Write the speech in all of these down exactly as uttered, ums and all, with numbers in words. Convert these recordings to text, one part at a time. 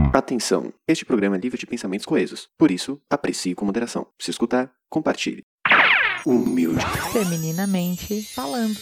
Atenção! Este programa é livre de pensamentos coesos. Por isso, aprecie com moderação. Se escutar, compartilhe. Humilde. Femininamente falando.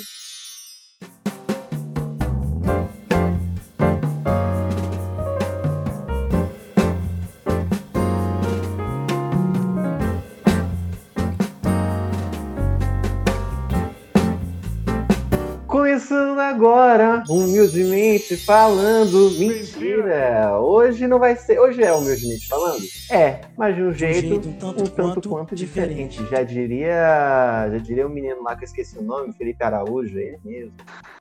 Começando agora, humildemente falando. Mentira! Hoje não vai ser. Hoje é humildemente falando? É, mas de um jeito, um, jeito um tanto, um tanto quanto, quanto diferente. diferente. Já diria. Já diria o menino lá que eu esqueci o nome, Felipe Araújo, ele mesmo.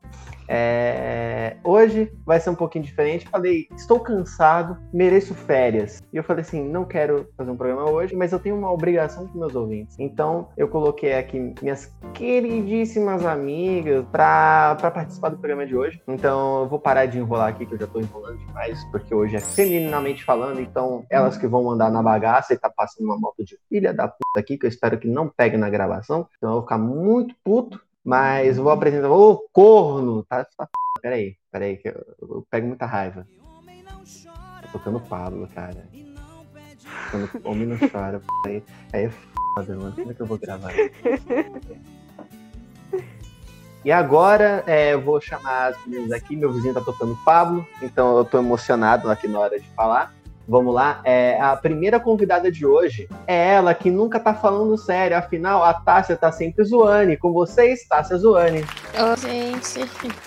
É, hoje vai ser um pouquinho diferente. Falei, estou cansado, mereço férias. E eu falei assim, não quero fazer um programa hoje, mas eu tenho uma obrigação com meus ouvintes. Então eu coloquei aqui minhas queridíssimas amigas para participar do programa de hoje. Então eu vou parar de enrolar aqui, que eu já tô enrolando demais, porque hoje é femininamente falando. Então elas que vão mandar na bagaça e tá passando uma moto de filha da puta aqui, que eu espero que não pegue na gravação. Então eu vou ficar muito puto. Mas eu vou apresentar. Ô, oh, corno! Tá, tá, peraí, peraí, que eu, eu pego muita raiva. Tô tocando Pablo, cara. Quando o homem não chora, aí, aí é foda, mano. Como é que eu vou gravar? E agora, é, eu vou chamar as meninas aqui. Meu vizinho tá tocando Pablo, então eu tô emocionado aqui na hora de falar. Vamos lá, é, a primeira convidada de hoje é ela que nunca tá falando sério, afinal a Tássia tá sempre zoando. Com vocês, Tássia Zoane. Oi, gente,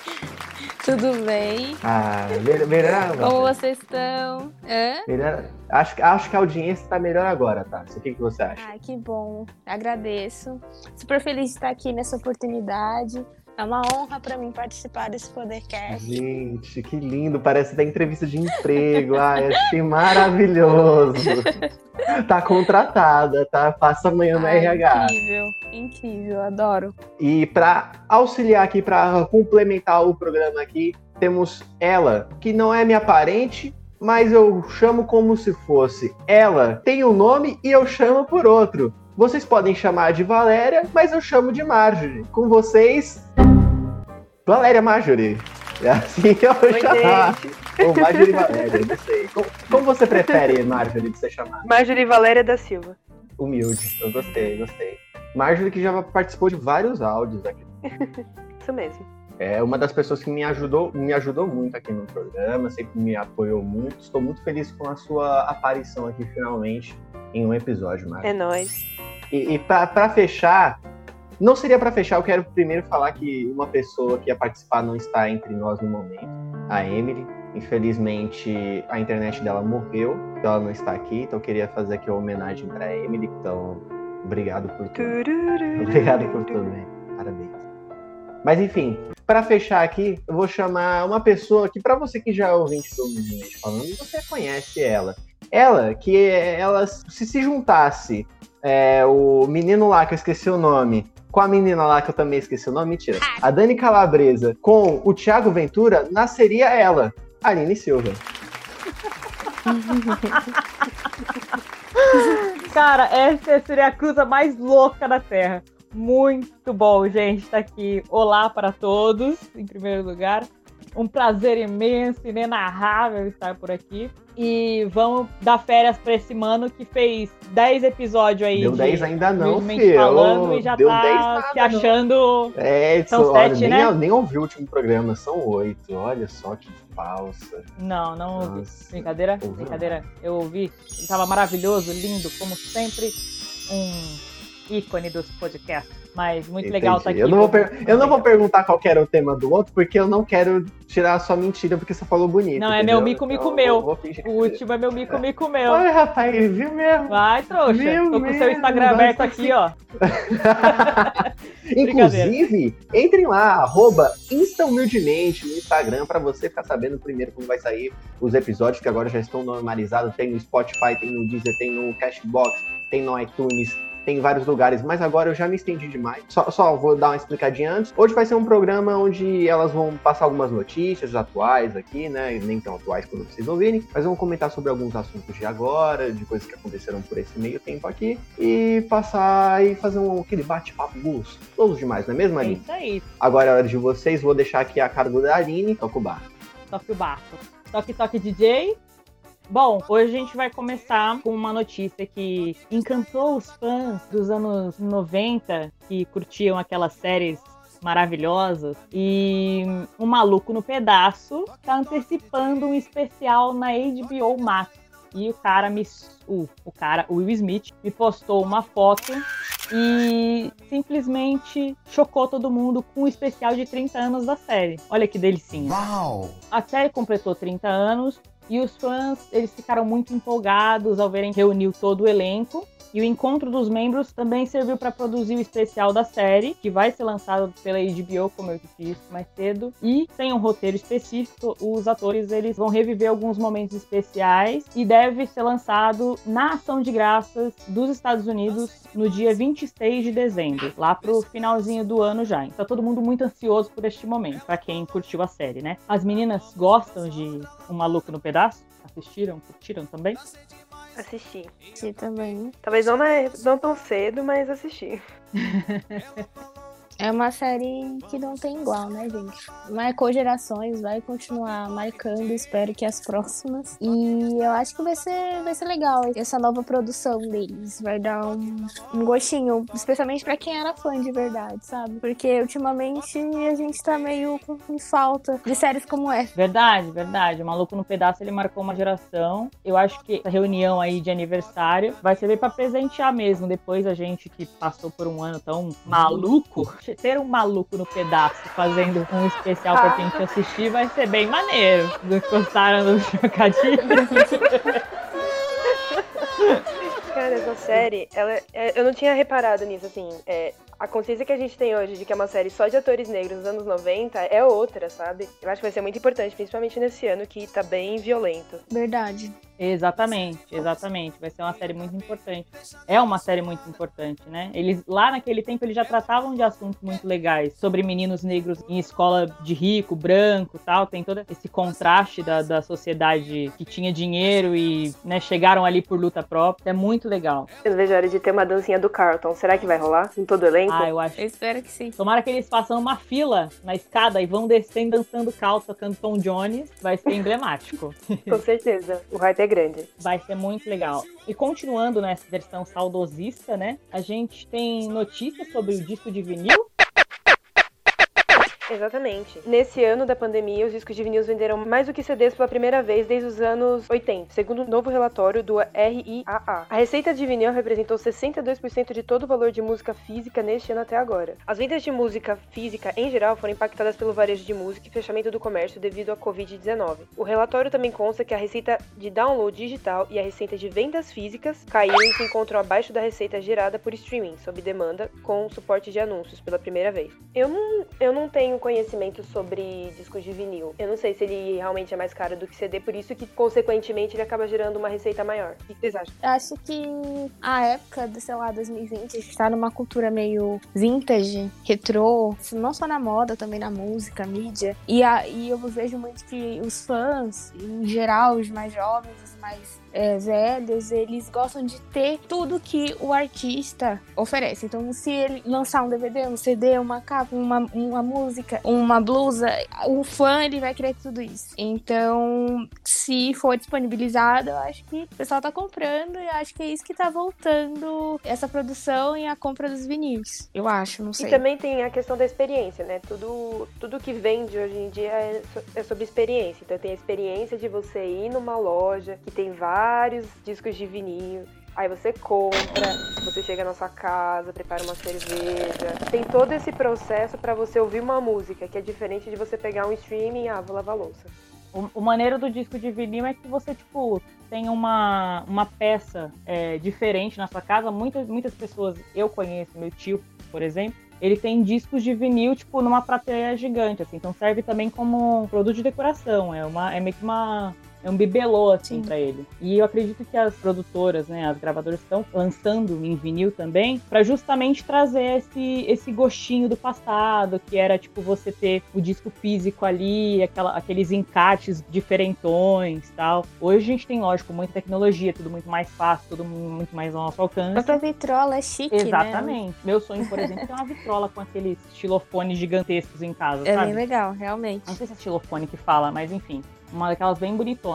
tudo bem? Ah, melhor. Como vocês estão? Hã? Melhor, acho, acho que a audiência tá melhor agora, Tássia. O que, que você acha? Ai, que bom, agradeço. Super feliz de estar aqui nessa oportunidade. É uma honra para mim participar desse podcast. Gente, que lindo. Parece da entrevista de emprego. Ai, achei maravilhoso. Tá contratada, tá? Passa amanhã no Ai, R H. Incrível, incrível, adoro. E para auxiliar aqui, para complementar o programa aqui, temos ela, que não é minha parente, mas eu chamo como se fosse. Ela tem um nome e eu chamo por outro. Vocês podem chamar de Valéria, mas eu chamo de Marjorie. Com vocês, Valéria Marjorie. É assim que eu vou Oi, chamar. gente. Ou Marjorie Valéria, não sei. Como, como você prefere, Marjorie, de ser chamada? Marjorie Valéria da Silva. Humilde. Eu gostei, gostei. Marjorie que já participou de vários áudios aqui. Isso mesmo. É uma das pessoas que me ajudou, me ajudou muito aqui no programa, sempre me apoiou muito. Estou muito feliz com a sua aparição aqui, finalmente, em um episódio, Marjorie. É nóis. E, e para fechar, não seria para fechar, eu quero primeiro falar que uma pessoa que ia participar não está entre nós no momento, a Emily. Infelizmente, a internet dela morreu, então ela não está aqui, então eu queria fazer aqui uma homenagem para a Emily. Então, obrigado por tudo. Obrigado por tudo, né? Parabéns. Mas enfim, para fechar aqui, eu vou chamar uma pessoa que, para você que já é ouvinte do Humildemente Falando, você conhece ela. Ela, que ela, se se juntasse é, o menino lá, que eu esqueci o nome, com a menina lá, que eu também esqueci o nome, mentira, a Dani Calabresa, com o Thiago Ventura, nasceria ela, Aline Silva. Cara, essa seria a coisa mais louca da Terra. Muito bom, gente, estar aqui. Olá para todos, em primeiro lugar. Um prazer imenso, inenarrável estar por aqui. E vamos dar férias para esse mano que fez dez episódios aí. Deu de dez ainda não, filho. Falando e já Deu tá dez se achando... É, são olha, sete, nem, né? nem ouvi o último programa, são oito. Olha só que falsa. Não, não ouvi. Nossa. Brincadeira? Ouvi Brincadeira. Eu ouvi. Ele tava maravilhoso, lindo, como sempre. Um ícone dos podcasts. Mas muito Entendi. legal estar aqui. Eu não, vou, per- eu não vou legal. perguntar qual que era o tema do outro, porque eu não quero tirar a sua mentira, porque você falou bonito. Não, é entendeu? meu mico, mico Então, meu. eu vou fingir que- O último é meu mico, mico meu. Oi, rapaz, viu mesmo? Vai, trouxa. Viu Tô com o seu mesmo, Instagram aberto nossa, aqui, ó. Inclusive, entrem lá, arroba instahumildemente no Instagram, pra você ficar sabendo primeiro como vai sair os episódios, que agora já estão normalizados. Tem no Spotify, tem no Deezer, tem no Cashbox, tem no iTunes, tem em vários lugares, mas agora eu já me estendi demais. Só, só vou dar uma explicadinha antes. Hoje vai ser um programa onde elas vão passar algumas notícias atuais aqui, né? Nem tão atuais quando vocês ouvirem, mas vão comentar sobre alguns assuntos de agora, de coisas que aconteceram por esse meio tempo aqui, e passar e fazer um, aquele bate-papo gostoso demais, não é mesmo, É Aline? isso aí. Agora é a hora de vocês, vou deixar aqui a cargo da Aline, toca o barco. Toque o barco. Toque, toque, D J. Bom, hoje a gente vai começar com uma notícia que encantou os fãs dos anos noventa, que curtiam aquelas séries maravilhosas, e um maluco no pedaço tá antecipando um especial na H B O Max. E o cara, me, o, o cara, o Will Smith, me postou uma foto e simplesmente chocou todo mundo com o especial de trinta anos da série. Olha que delicinha. Uau! A série completou trinta anos e os fãs, eles ficaram muito empolgados ao verem que reuniu todo o elenco. E o encontro dos membros também serviu para produzir o especial da série, que vai ser lançado pela H B O, como eu disse mais cedo. E sem um roteiro específico, os atores eles vão reviver alguns momentos especiais e deve ser lançado na Ação de Graças dos Estados Unidos no dia vinte e seis de dezembro, lá pro finalzinho do ano já. Então tá todo mundo muito ansioso por este momento, para quem curtiu a série, né? As meninas gostam de Um Maluco no Pedaço? Assistiram? Curtiram também? Assisti. Assisti também. Talvez não, na, não tão cedo, mas assisti. É uma série que não tem igual, né, gente? Marcou gerações, vai continuar marcando, espero que as próximas. E eu acho que vai ser, vai ser legal essa nova produção deles. Vai dar um, um gostinho, especialmente pra quem era fã de verdade, sabe? Porque ultimamente a gente tá meio com, com falta de séries como essa. Verdade, verdade. O Maluco no Pedaço, ele marcou uma geração. Eu acho que essa reunião aí de aniversário vai servir pra presentear mesmo. Depois a gente que passou por um ano tão maluco, ter um maluco no pedaço fazendo um especial pra gente assistir vai ser bem maneiro. Gostaram do trocadilho? Cara, essa série, ela, é, eu não tinha reparado nisso, assim, é, a consciência que a gente tem hoje de que é uma série só de atores negros nos anos noventa é outra, sabe? Eu acho que vai ser muito importante, principalmente nesse ano que tá bem violento. Verdade. Exatamente, exatamente. Vai ser uma série muito importante. É uma série muito importante, né? Eles, lá naquele tempo, eles já tratavam de assuntos muito legais. Sobre meninos negros em escola de rico, branco e tal. Tem todo esse contraste da, da sociedade que tinha dinheiro e, né, chegaram ali por luta própria. É muito legal. Eu vejo a hora de ter uma dancinha do Carlton. Será que vai rolar em todo o elenco? Ah, eu acho. Eu espero que sim. Tomara que eles façam uma fila na escada e vão descendo dançando calça, tocando Tom Jones. Vai ser emblemático. Com certeza. O hype é grande. Vai ser muito legal. E continuando nessa versão saudosista, né? A gente tem notícias sobre o disco de vinil. Exatamente. Nesse ano da pandemia, os discos de vinil venderam mais do que C Ds pela primeira vez desde os anos oitenta, segundo um novo relatório do R I A A. A receita de vinil representou sessenta e dois por cento de todo o valor de música física neste ano até agora. As vendas de música física, em geral, foram impactadas pelo varejo de música e fechamento do comércio devido à covid dezenove. O relatório também consta que a receita de download digital e a receita de vendas físicas caíram e se encontram abaixo da receita gerada por streaming, sob demanda, com suporte de anúncios pela primeira vez. Eu não, eu não tenho conhecimento sobre discos de vinil. Eu não sei se ele realmente é mais caro do que C D, por isso que, consequentemente, ele acaba gerando uma receita maior. O que vocês acham? Eu acho que a época do, sei lá, dois mil e vinte, a gente tá numa cultura meio vintage, retrô, não só na moda, também na música, mídia. E, a, e eu vejo muito que os fãs, em geral, os mais jovens, os mais é, velhos, eles gostam de ter tudo que o artista oferece. Então, se ele lançar um D V D, um C D, uma capa, uma, uma música, uma blusa, o fã, ele vai querer tudo isso. Então, se for disponibilizado, eu acho que o pessoal tá comprando e acho que é isso que tá voltando essa produção e a compra dos vinis. Eu acho, não sei. E também tem a questão da experiência, né? Tudo, tudo que vende hoje em dia é, so, é sobre experiência. Então, tem a experiência de você ir numa loja que tem vários discos de vinil. Aí você compra, você chega na sua casa, prepara uma cerveja. Tem todo esse processo pra você ouvir uma música, que é diferente de você pegar um streaming e, ah, vou lavar louça. O, o maneiro do disco de vinil é que você, tipo, tem uma, uma peça é, diferente na sua casa. Muitas, muitas pessoas, eu conheço, meu tio, por exemplo, ele tem discos de vinil, tipo, numa prateleira gigante, assim. Então serve também como produto de decoração. É, uma, é meio que uma... É um bibelô, assim, Sim. pra ele. E eu acredito que as produtoras, né, as gravadoras estão lançando em vinil também, pra justamente trazer esse, esse gostinho do passado, que era, tipo, você ter o disco físico ali, aquela, aqueles encates diferentões e tal. Hoje a gente tem, lógico, muita tecnologia, tudo muito mais fácil, tudo muito mais ao nosso alcance. A própria vitrola é chique, Exatamente. Né? Meu sonho, por exemplo, é uma vitrola com aqueles xilofones gigantescos em casa, é sabe? É bem legal, realmente. Não sei se é xilofone que fala, mas enfim. Uma daquelas bem bonitonas.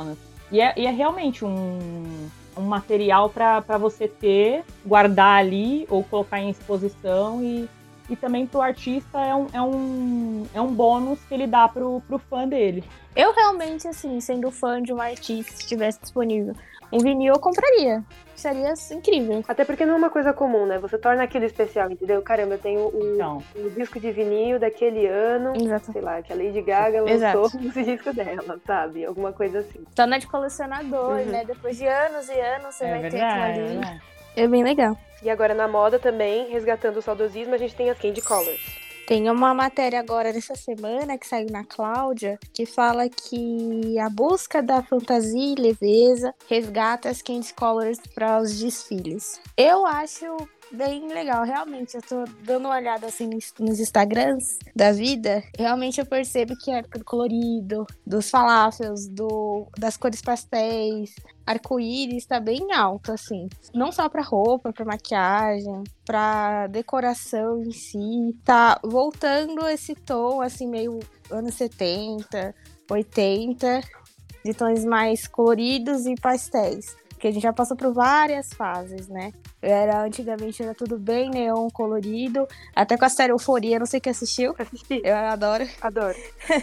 E é, e é realmente um, um material para você ter, guardar ali ou colocar em exposição e, e também pro artista é um, é, um, é um bônus que ele dá pro, pro fã dele. Eu realmente, assim, sendo fã de um artista, se estivesse disponível um vinil, eu compraria. Seria incrível. Até porque não é uma coisa comum, né? Você torna aquilo especial, entendeu? Caramba, eu tenho o, Então. o disco de vinil daquele ano, Exato. sei lá, que a Lady Gaga lançou Exato. esse disco dela, sabe? Alguma coisa assim. Torna de colecionador, Uhum. né? Depois de anos e anos, você É vai verdade, ter é aquilo ali. verdade. É bem legal. E agora na moda também, resgatando o saudosismo, a gente tem as Candy Colors. Tem uma matéria agora nessa semana que saiu na Cláudia que fala que a busca da fantasia e leveza resgata as Candy Colors para os desfiles. Eu acho bem legal, realmente. Eu tô dando uma olhada assim nos Instagrams da vida. Realmente eu percebo que a época do colorido, dos falafels, do, das cores pastéis, arco-íris tá bem alto, assim. Não só pra roupa, pra maquiagem, pra decoração em si. Tá voltando esse tom, assim, meio anos setenta, oitenta, de tons mais coloridos e pastéis. Porque a gente já passou por várias fases, né? Era, antigamente era tudo bem neon, colorido. Até com a série Euforia, não sei quem assistiu. Assisti. Eu adoro. Adoro.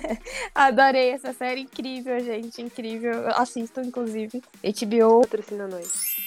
Adorei essa série, incrível, gente, incrível. Eu assisto, inclusive. H B O, Patrocina nós.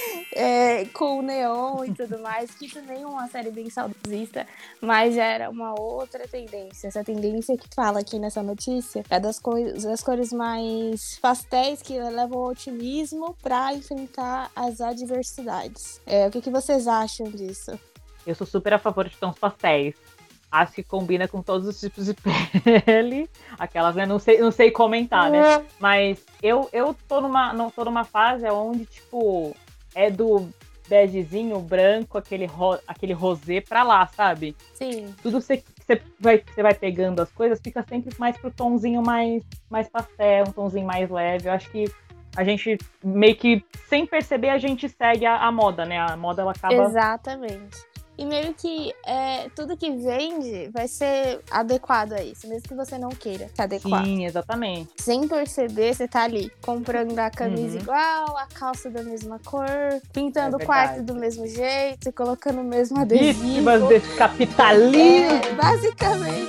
é, com o neon e tudo mais, que também é uma série bem saudosista, mas já era uma outra tendência. Essa tendência que fala aqui nessa notícia é das, cores, das cores mais pastéis que levam ao otimismo para enfrentar as adversidades. É, o que, que vocês acham disso? Eu sou super a favor de tons pastéis. Acho que combina com todos os tipos de pele. Aquelas, né? Não sei, não sei comentar, né? Mas eu, eu tô, numa, não, tô numa fase onde, tipo, é do begezinho, branco, aquele, ro, aquele rosé pra lá, sabe? Sim. Tudo que você vai, você vai pegando as coisas fica sempre mais pro tonzinho mais, mais pastel, um tonzinho mais leve. Eu acho que a gente, meio que, sem perceber, a gente segue a, a moda, né? A moda, ela acaba... Exatamente. E meio que é, tudo que vende vai ser adequado a isso, mesmo que você não queira se adequar. Sim, exatamente. Sem perceber, você tá ali comprando a camisa Uhum. igual, a calça da mesma cor, pintando É o quarto verdade. do mesmo jeito, colocando o mesmo adesivo. Vítimas desse capitalismo. É, basicamente,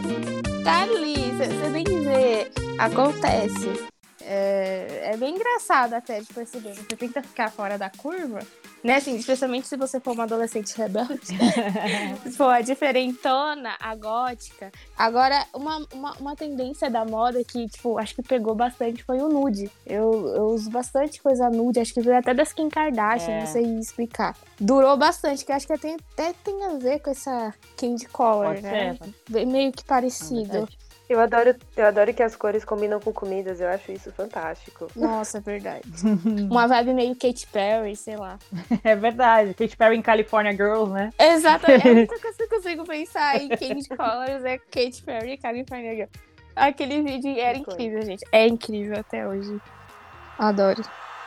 tá ali, você nem vê, acontece. É, é bem engraçado até de perceber. Você tenta ficar fora da curva, né? Assim, especialmente se você for uma adolescente rebelde. Se for a diferentona, a gótica. Agora, uma, uma, uma tendência da moda que, tipo, acho que pegou bastante foi o nude. Eu, eu uso bastante coisa nude, acho que veio até das Kim Kardashian, É. não sei explicar. Durou bastante, que eu acho que até, até tem a ver com essa Candy Color, Pode né? ser, pode Bem- Meio que É parecido. verdade. Eu adoro, eu adoro que as cores combinam com comidas, eu acho isso fantástico. Nossa, é verdade. Uma vibe meio Katy Perry, sei lá. É verdade. Katy Perry em California Girls, né? Exatamente. É a única coisa que eu consigo pensar em Candy Colors é Katy Perry e California Girl. Aquele vídeo era Que coisa. incrível, gente. É incrível até hoje. Adoro.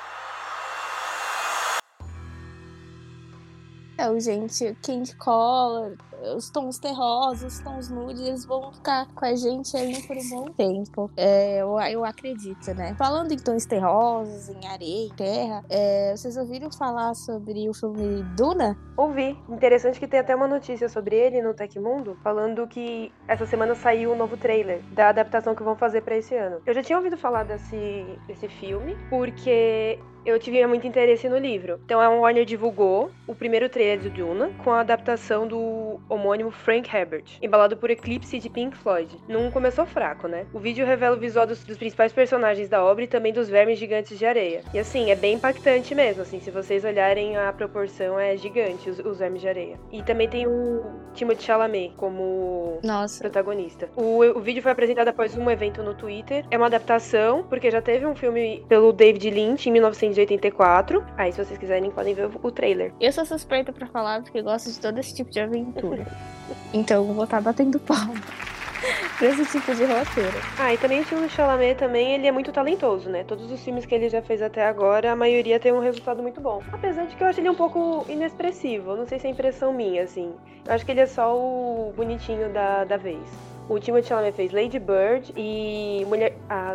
Então, gente, Candy Color, os tons terrosos, os tons nude, eles vão ficar com a gente aí por um bom tempo. É, eu, eu acredito, né? Falando em tons terrosos, em areia, em terra, é, vocês ouviram falar sobre o filme Duna? Ouvi. Interessante que tem até uma notícia sobre ele no Tecmundo, falando que essa semana saiu um novo trailer da adaptação que vão fazer pra esse ano. Eu já tinha ouvido falar desse, desse filme, porque eu tive muito interesse no livro. Então a Warner divulgou o primeiro trailer de Duna, com a adaptação do homônimo Frank Herbert, embalado por Eclipse de Pink Floyd. Não começou fraco, né? O vídeo revela o visual dos, dos principais personagens da obra e também dos vermes gigantes de areia. E assim, é bem impactante mesmo, assim, se vocês olharem a proporção é gigante, os, os vermes de areia. E também tem o Timothée Chalamet como Nossa. protagonista. O, o vídeo foi apresentado após um evento no Twitter. É uma adaptação, porque já teve um filme pelo David Lynch em mil novecentos e oitenta e quatro. Aí, se vocês quiserem, podem ver o, o trailer. Eu sou suspeita pra falar porque gosto de todo esse tipo de aventura. Então eu vou estar batendo palma pra esse tipo de roteiro. Ah, e também o Timothée Chalamet também, ele é muito talentoso, né? Todos os filmes que ele já fez até agora, a maioria tem um resultado muito bom. Apesar de que eu acho ele um pouco inexpressivo. Não sei se é impressão minha, assim. Eu acho que ele é só o bonitinho da, da vez. O Timothée Chalamet fez Lady Bird e Mulher... As...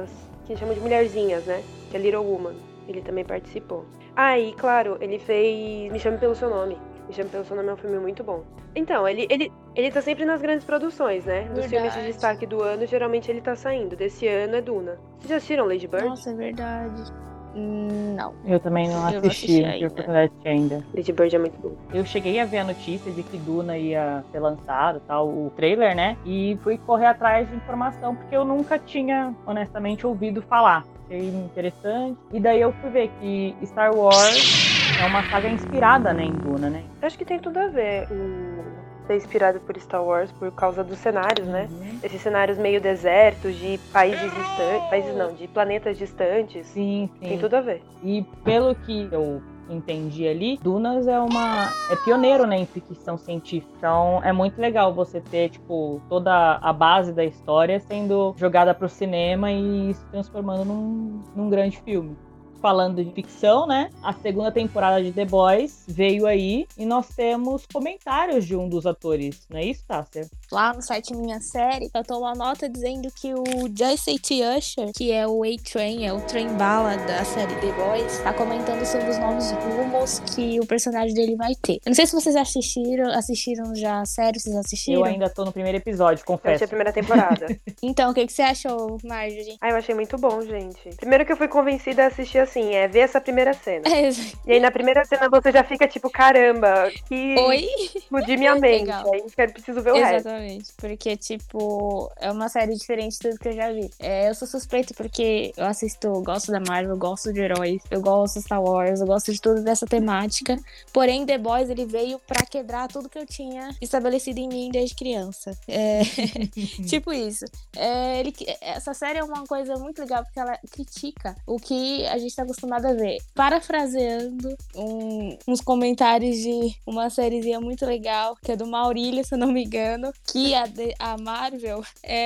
que chamam de Mulherzinhas, né? Que é Little Woman. Ele também participou. Ah, e claro, ele fez Me Chame Pelo Seu Nome. Me Chame Pelo Seu Nome é um filme muito bom. Então, ele, ele, ele tá sempre nas grandes produções, né? Dos Verdade. filmes de destaque do ano, geralmente ele tá saindo. Desse ano é Duna. Vocês já assistiram Lady Bird? Nossa, é verdade. Hum, Não. Eu também não Eu não assisti, assisti não tive ainda. oportunidade de assistir ainda. Lady Bird é muito bom. Eu cheguei a ver a notícia de que Duna ia ser lançado, tal, o trailer, né? E fui correr atrás de informação, porque eu nunca tinha, honestamente, ouvido falar. Achei interessante. E daí eu fui ver que Star Wars é uma saga inspirada, né, em Duna, né? Acho que tem tudo a ver o ser inspirado por Star Wars por causa dos cenários, né? Uhum. Esses cenários meio desertos, de países distantes, países não, de planetas distantes. Sim, sim. Tem tudo a ver. E pelo que eu entendi ali, Dunas é uma é pioneiro, né, em ficção científica. Então é muito legal você ter, tipo, toda a base da história sendo jogada pro cinema e se transformando num, num grande filme. Falando de ficção, né? A segunda temporada de The Boys veio aí e nós temos comentários de um dos atores, não é isso, Tássia? Lá no site Minha Série, eu tô uma nota dizendo que o Jesse T. Usher, que é o A-Train, é o trem bala da série The Boys, tá comentando sobre os novos rumos que o personagem dele vai ter. Eu não sei se vocês assistiram, assistiram já a série, vocês assistiram? Eu ainda tô no primeiro episódio, Eu confesso. achei a primeira temporada. Então, o que, que você achou, Marjorie? Ah, eu achei muito bom, gente. Primeiro que eu fui convencida a assistir assim, é ver essa primeira cena. E aí na primeira cena você já fica tipo, caramba, que Oi? explodir minha mente. Legal. Aí quero, preciso ver o resto. Exatamente, porque, tipo, é uma série diferente de tudo que eu já vi. É, eu sou suspeita porque eu assisto, eu gosto da Marvel, eu gosto de heróis, eu gosto de Star Wars, eu gosto de tudo dessa temática. Porém, The Boys, ele veio pra quebrar tudo que eu tinha estabelecido em mim desde criança. É, tipo isso. É, ele, essa série é uma coisa muito legal porque ela critica o que a gente tá acostumado a ver. Parafraseando um, uns comentários de uma sériezinha muito legal, que é do Maurílio, se eu não me engano, que a, D- a Marvel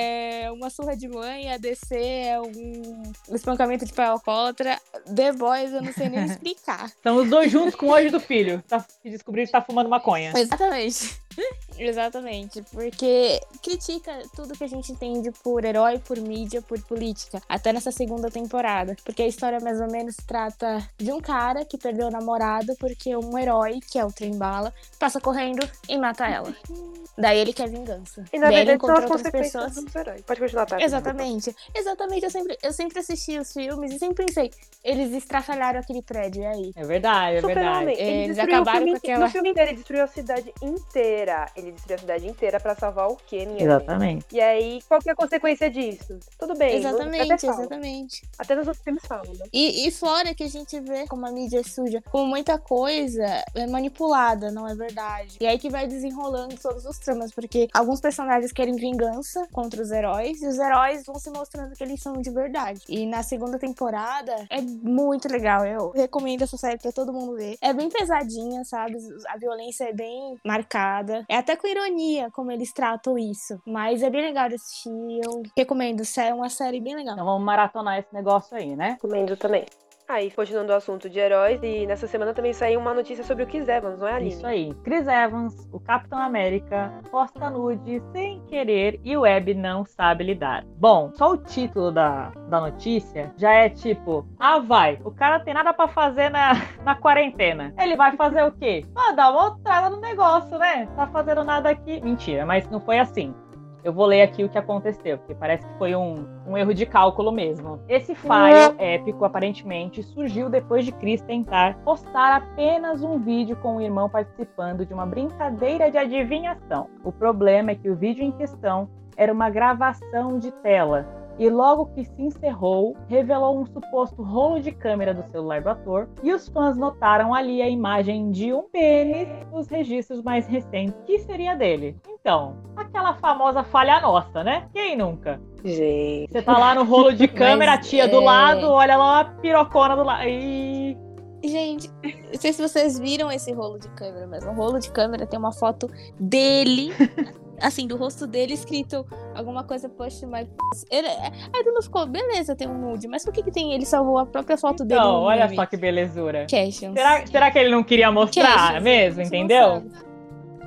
é uma surra de mãe, a D C é um espancamento de pai alcoólatra. The Boys, eu não sei nem explicar. São os dois juntos com o ódio do filho. Tá, que descobriram que tá fumando maconha. Exatamente. Exatamente, porque critica tudo que a gente entende por herói, por mídia, por política, até nessa segunda temporada, porque a história mais ou menos trata de um cara que perdeu o namorado porque um herói, que é o Trem-Bala, passa correndo e mata ela. Daí ele quer vingança. E na Daí ele verdade são as encontra outras consequências pessoas. dos heróis. Pode continuar, Tati. Exatamente, exatamente. Eu sempre, eu sempre assisti os filmes e sempre pensei, eles estraçalharam aquele prédio, e aí? É verdade, é verdade. Super-Homem. Ele Eles destruiu o acabaram filme com inte- aquela- No filme inteiro, ele destruiu a cidade inteira. Ele destruiu a cidade inteira pra salvar o Kenny. Exatamente. E aí, qual que é a consequência disso? Tudo bem. no- Exatamente, até, fala. exatamente. Até nos outros filmes falam, né? E, e fora que a gente vê como a mídia é suja, como muita coisa é manipulada, não é verdade. E aí que vai desenrolando todos os tramas, porque alguns personagens querem vingança contra os heróis, e os heróis vão se mostrando que eles são de verdade. E na segunda temporada é muito legal, eu recomendo essa série pra todo mundo ver. É bem pesadinha, sabe? A violência é bem marcada. É até com ironia como eles tratam isso. Mas é bem legal de assistir, eu recomendo. É uma série bem legal. Então vamos maratonar esse negócio aí, né? Comendo também. Aí, continuando o assunto de heróis, e nessa semana também saiu uma notícia sobre o Chris Evans, não é, Aline? Isso aí. Chris Evans, o Capitão América, posta nude sem querer e o Web não sabe lidar. Bom, só o título da, da notícia já é tipo, ah vai, o cara tem nada pra fazer na, na quarentena. Ele vai fazer o quê? Ah, dá uma outrada no negócio, né? Tá fazendo nada aqui. Mentira, mas não foi assim. Eu vou ler aqui o que aconteceu, porque parece que foi um, um erro de cálculo mesmo. Esse file épico, aparentemente, surgiu depois de Chris tentar postar apenas um vídeo com o irmão participando de uma brincadeira de adivinhação. O problema é que o vídeo em questão era uma gravação de tela. E logo que se encerrou, revelou um suposto rolo de câmera do celular do ator, e os fãs notaram ali a imagem de um pênis nos registros mais recentes, que seria dele. Então, aquela famosa falha nossa, né? Quem nunca? Gente. Você tá lá no rolo de câmera, a Mas, tia é... do lado, olha lá a pirocona do lado. E... Gente, não sei se vocês viram esse rolo de câmera, mas no rolo de câmera tem uma foto dele, assim, do rosto dele escrito alguma coisa push my p***. Ele, aí tu não ficou, beleza, tem um nude, mas por que que tem, ele salvou a própria foto dele Então, no olha meme? só que belezura. Questions. Será, será que ele não queria mostrar Questions, mesmo, a gente não entendeu? sabe.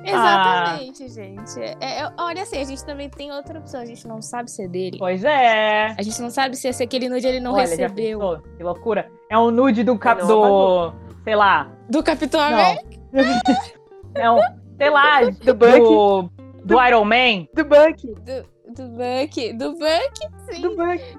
Exatamente, gente. É, é, olha assim, a gente também tem outra opção. A gente não sabe se é dele. Pois é. A gente não sabe se esse aquele nude ele não Olha, recebeu. já pensou? Que loucura. É um nude do cap... Não, do... sei lá. Do Capitão Não. América? É um... sei lá. Do Bucky. Do... do Iron Man. Do Bucky. Do, do Bucky. Do Bucky, sim. Do Bucky.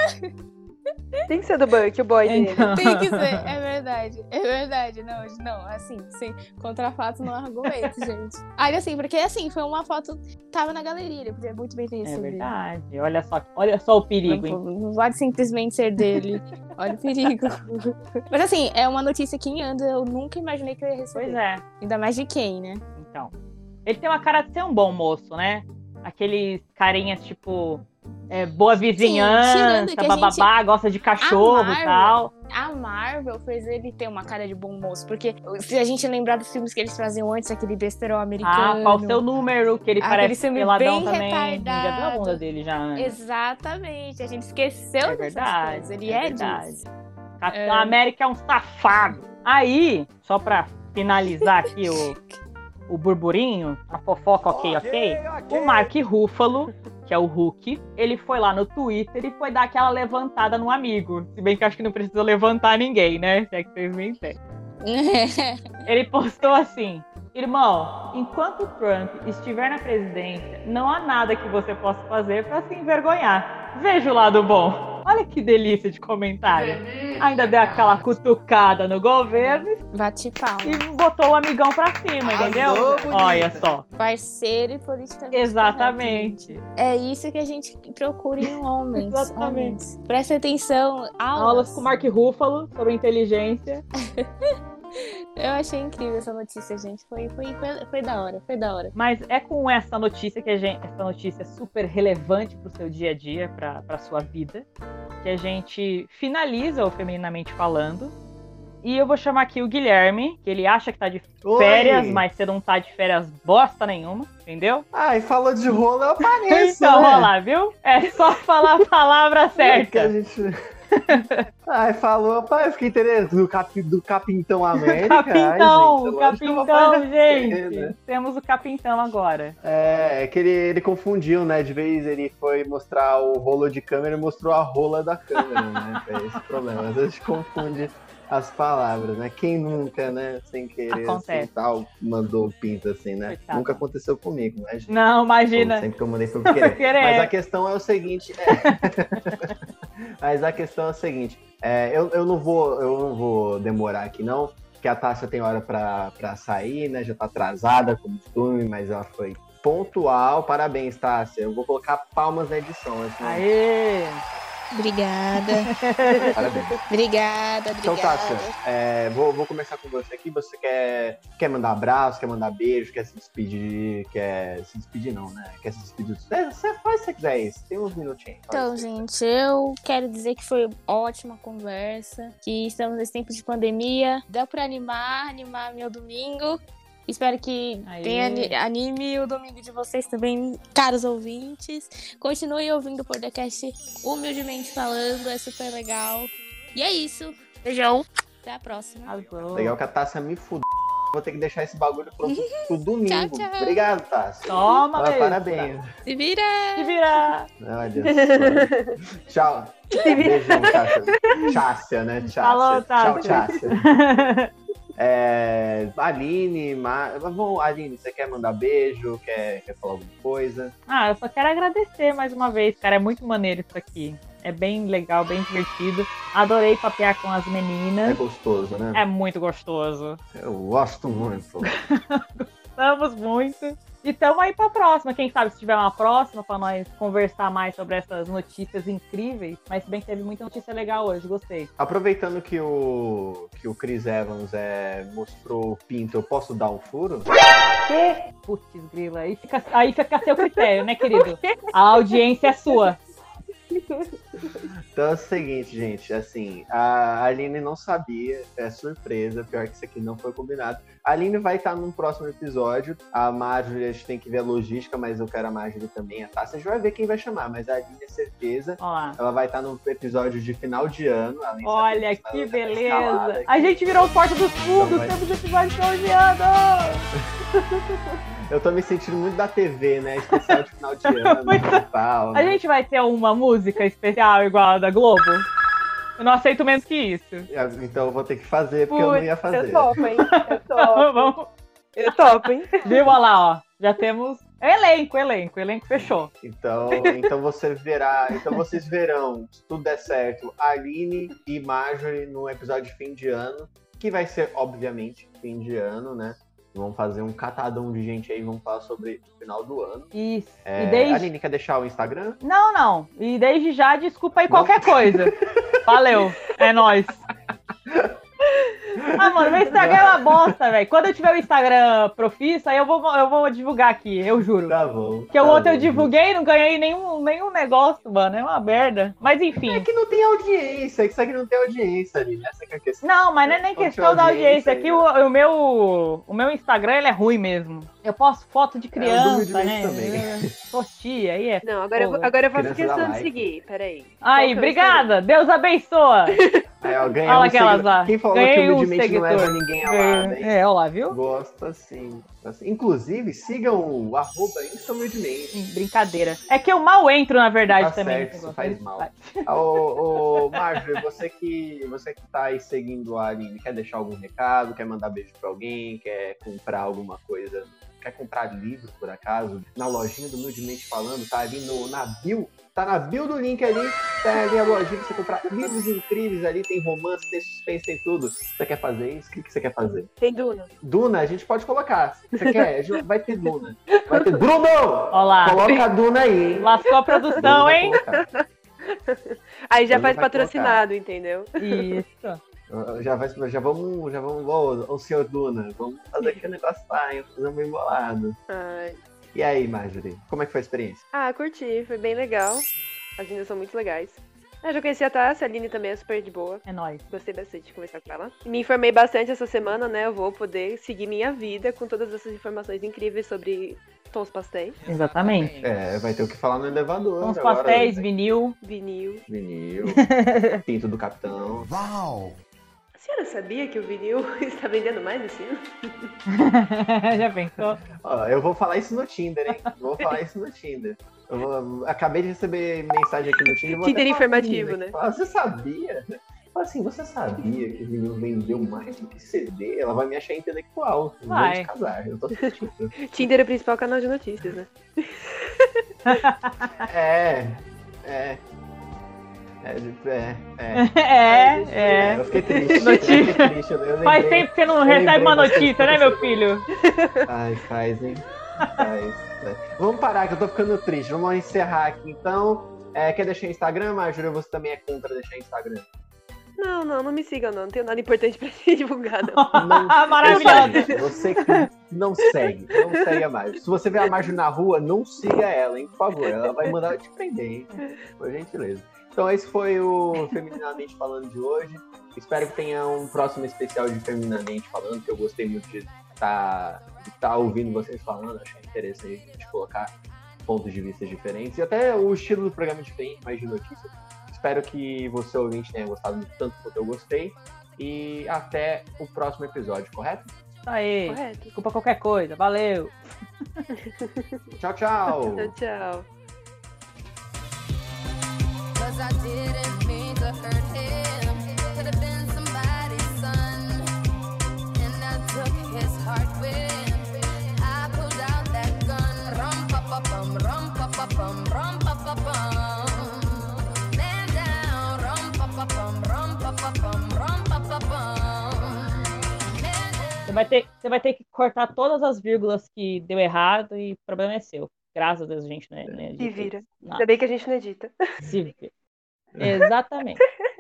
Tem que ser do Bucky, o boy dele. Então. Tem que ser, é verdade. É verdade. Não, não, assim, sem contra fatos não argumento, gente. Aí, assim, porque assim, foi uma foto. Tava na galeria, ele podia muito bem ter É recebido. verdade. Olha só, olha só o perigo, hein? Não, não pode simplesmente ser dele. Olha o perigo. Mas assim, é uma notícia que anda, eu nunca imaginei que eu ia receber. Pois é. Ainda mais de quem, né? Então. Ele tem uma cara de ser um bom moço, né? Aqueles carinhas, tipo, é, boa vizinhança, tirando que a bababá, gosta de cachorro e Marvel- tal. A Marvel fez ele ter uma cara de bom moço, porque se a gente lembrar dos filmes que eles faziam antes, aquele besterol Ah, americano. qual o seu número? Que ele Aquele parece filme peladão bem também. Já viu a retardado. bunda dele já antes. Exatamente, a gente esqueceu É dessas verdade. coisas. Ele é é, verdade. disso. Capitão América é um safado. Aí, só pra finalizar aqui o, o burburinho, a fofoca, ok, ok. O Mark Ruffalo, que é o Hulk, ele foi lá no Twitter e foi dar aquela levantada no amigo. Se bem que eu acho que não precisa levantar ninguém, né? Se é que vocês me entendem. Ele postou assim: irmão, enquanto o Trump estiver na presidência, não há nada que você possa fazer pra se envergonhar. Veja o lado bom. Olha que delícia de comentário. Ainda deu aquela cutucada no governo Bate palma. e botou o amigão pra cima, entendeu? Arrasou, bonita. Olha só. Parceiro e politicamente Exatamente. correto. É isso que a gente procura em homens. Exatamente. Homens. Presta atenção. Aulas. Aulas com o Mark Ruffalo sobre inteligência. Eu achei incrível essa notícia, gente. Foi, foi, foi, foi da hora, foi da hora. Mas é com essa notícia que a gente, essa notícia super relevante pro seu dia a dia, pra, pra sua vida, que a gente finaliza o Femininamente Falando. E eu vou chamar aqui o Guilherme, que ele acha que tá de Oi. férias, mas você não tá de férias bosta nenhuma, entendeu? Ai, falou de rolo, eu apareço, Então, né? olha lá, viu? É só falar a palavra Que a certa. gente... Ai, falou, pai, eu fiquei interessado do, cap, do Capitão América. Capintão, Ai, o gente, lógico que eu vou Capintão, aparecer, gente. né? Temos o Capintão agora. É, é que ele, ele confundiu, né? De vez ele foi mostrar o rolo de câmera e mostrou a rola da câmera, né? É esse o problema. Às vezes confunde as palavras, né? Quem nunca, né? Sem querer, Acontece. assim, tal, mandou pinta assim, né? Coitado. Nunca aconteceu comigo, né, gente? Não, imagina. Sempre que eu mandei foi por querer. querer. Mas a questão é o seguinte. é- Mas a questão é o seguinte. é, eu, eu, não vou, eu não vou demorar aqui, não. Porque a Tássia tem hora pra, pra sair, né? Já tá atrasada, como costume, mas ela foi pontual. Parabéns, Tássia. Eu vou colocar palmas na edição. Assim. Aê! Obrigada. Parabéns. Obrigada, Então, obrigada. Tássia, é, vou, vou começar com você aqui. Você quer, quer mandar abraço, quer mandar beijo, quer se despedir, quer se despedir não, né? Quer se despedir. É, você faz se você quiser isso. Tem uns minutinhos. Faz Então, isso. gente, eu quero dizer que foi ótima conversa, que estamos nesse tempo de pandemia, deu pra animar, animar meu domingo. Espero que Aê. tenha ani- anime o domingo de vocês também, caros ouvintes. Continue ouvindo o podcast Humildemente Falando, é super legal. E é isso. Beijão. Até a próxima. Arrasou. Legal que a Tássia me fudeu. Vou ter que deixar esse bagulho pronto pro domingo. Tchau, tchau. Obrigado, Tássia. Toma, Ah, beijo. parabéns. Se vira! Se virar. Olha só. Tchau. Beijão, Tássia. Tássia, né? Tássia. Falou, Tchau, Tássia. Tássia. É, Aline, Mar... Bom, Aline, você quer mandar beijo? Quer, quer falar alguma coisa? Ah, eu só quero agradecer mais uma vez, cara. É muito maneiro isso aqui. É bem legal, bem divertido. Adorei papear com as É meninas. gostoso, né? É muito gostoso. Eu gosto muito. Gostamos muito. E tamo aí pra próxima. Quem sabe se tiver uma próxima pra nós conversar mais sobre essas notícias incríveis. Mas se bem que teve muita notícia legal hoje, gostei. Aproveitando que o, que o Chris Evans é, mostrou o pinto, eu posso dar um furo? Que? Putz, grila. Aí fica, aí fica a seu critério, né, querido? A audiência é sua. Então é o seguinte, gente, assim, a Aline não sabia, é surpresa, pior que isso aqui não foi combinado. A Aline vai estar num próximo episódio, a Marjorie, a gente tem que ver a logística, mas eu quero a Marjorie também, a Tássia, a gente vai ver quem vai chamar, mas a Aline é certeza, Ó lá. ela vai estar no episódio de final de ano. Além de Olha saber que ela já tá escalada beleza. aqui. A gente virou o Porta dos Fundos, Então vai- temos episódio de final de ano. Eu tô me sentindo muito da T V, né? Especial de final de ano, Natal. A Né? gente vai ter uma música especial igual a da Globo? Eu não aceito menos que isso. Então eu vou ter que fazer, porque eu não ia fazer. Eu topo, hein? Eu topo. Vamos. Eu topo, hein? Viu? Olha lá, ó. Já temos elenco, elenco. Elenco fechou. Então, então você verá, então vocês verão, se tudo der certo, Aline e Marjorie no episódio de fim de ano, que vai ser, obviamente, fim de ano, né? Vamos fazer um catadão de gente aí, vamos falar sobre o final do ano. Isso. É, E desde... Aline, quer deixar o Instagram? Não, não. E desde já, desculpa aí Não? qualquer coisa. Valeu. É nóis. Ah, mano, meu Instagram é uma bosta, velho. Quando eu tiver o Instagram profissa, aí eu vou, eu vou divulgar aqui, eu juro. Tá bom. Porque o tá outro eu bom. divulguei e não ganhei nenhum, nenhum negócio, mano. É uma merda. Mas enfim. É que não tem audiência, é que isso aqui não tem audiência, Aline. Essa que é a questão. Não, mas não é nem Quando questão tiver da audiência. audiência, É que o, o, meu, o meu Instagram ele é ruim mesmo. Eu posto foto de criança, É, né? também. Postia, aí é. Não, agora eu, vou- foda. agora eu faço Criança dá questão de like. seguir. Peraí. Aí, Qual que é o obrigada. Deus abençoa. Aí, ó, ganhou Olha um aquelas seguidor. lá. Quem falou Ganhei que um humildemente não leva seguidor. ninguém a nada, hein? É, olha lá, viu? Gosta sim. Assim. Inclusive, sigam o arroba instahumildemente. Sim, brincadeira. É que eu mal entro, na verdade, Tá também. certo, isso faz mal. Ah, Ô, ô, Marjorie, você que, você que tá aí seguindo a Aline, quer deixar algum recado, quer mandar beijo pra alguém, quer comprar alguma coisa, quer comprar livro, por acaso, na lojinha do Humildemente Falando, tá ali no, na bio, tá na bio do link ali, tá ali a lojinha pra você comprar livros incríveis ali, tem romance, tem suspense, tem tudo. Você quer fazer isso? O que que você quer fazer? Tem Duna. Duna, a gente pode colocar. Você quer? A gente vai ter Duna. Vai ter... Bruno! Olha lá. Coloca a Duna aí, hein? Lascou a Bruno produção, vai hein? colocar. Aí já Ele faz vai patrocinado, entendeu? Isso. Já, vai, já vamos, já vamos, ô, ô senhor Duna, vamos fazer aquele negócio lá, hein? Fazer um bem bolado. Ai. E aí, Marjorie, como é que foi a experiência? Ah, curti. Foi bem legal. As meninas são muito legais. Eu já conheci a Tassi, a Aline também é super de boa. É nóis. Gostei bastante de conversar com ela. Me informei bastante essa semana, né? Eu vou poder seguir minha vida com todas essas informações incríveis sobre tons pastéis, Exatamente. É, vai ter o que falar no elevador. São os agora, pastéis, né? vinil. vinil. Vinil, pinto do capitão. Uau! A senhora sabia que o vinil está vendendo mais esse ano? Já pensou? Ó, eu vou falar isso no Tinder, hein? Vou falar isso no Tinder. Eu vou- acabei de receber mensagem aqui no Tinder. vou Tinder até falar informativo, comigo, né? Fala, você sabia? Fala assim, você sabia que o vinil vendeu mais do que C D? Ela vai me achar intelectual. Vai. Vamos casar. Eu tô sentindo. Tinder é o principal canal de notícias, né? É, é. É, é, é. É, É, é. eu fiquei triste. Notícia. Eu fiquei triste. Eu, eu Faz lembrei- tempo que você não eu recebe lembrei uma das coisas notícia, que né, meu aconteceram. filho? Ai, faz, hein? Faz. É. Vamos parar, que eu tô ficando triste. Vamos encerrar aqui, então. É, quer deixar Instagram, Marjorie? Ou você também é contra deixar Instagram? Não, não, não me sigam, não. Não tenho nada importante pra se divulgar, não. Não, Maravilhosa. Excelente. Você que não segue, não segue a Marjorie. Se você ver a Marjorie na rua, não siga ela, hein, por favor. Ela vai mandar te prender, hein? Por gentileza. Então esse foi o Feminamente Falando de hoje. Espero que tenha um próximo especial de Feminamente Falando, que eu gostei muito de estar de tá ouvindo vocês falando. Achei interessante a gente colocar pontos de vista diferentes. E até o estilo do programa é diferente, mais de notícias. Espero que você, ouvinte, tenha gostado tanto quanto eu gostei. E até o próximo episódio, correto? Isso aí. Correto. Desculpa qualquer coisa. Valeu. Tchau, tchau! Tchau, tchau. Cause I didn't mean to hurt him. Could have been somebody's son. And I took his heart with him. I pulled out that gun. Rum pa pa bum, rum pa pa bum, rum pa pa bum. Man down, rum pa pa bum, rum pa pa bum, rum pa pa bum. Você vai, ter, você vai ter que cortar todas as vírgulas que deu errado e o problema é seu. Graças a Deus, a gente não é. Não é Se vira. Nada. Ainda bem que a gente não edita. Se vira. Exatamente.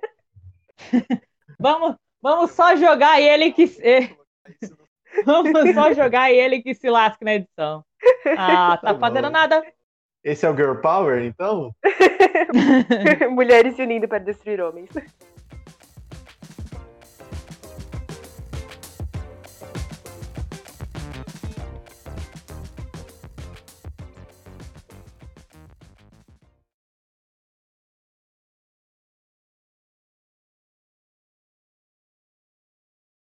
vamos, vamos só jogar ele que. se- Vamos só jogar ele que se lasque na edição. Ah, tá Tá bom. fazendo nada. Esse é o Girl Power, então? Mulheres se unindo para destruir homens.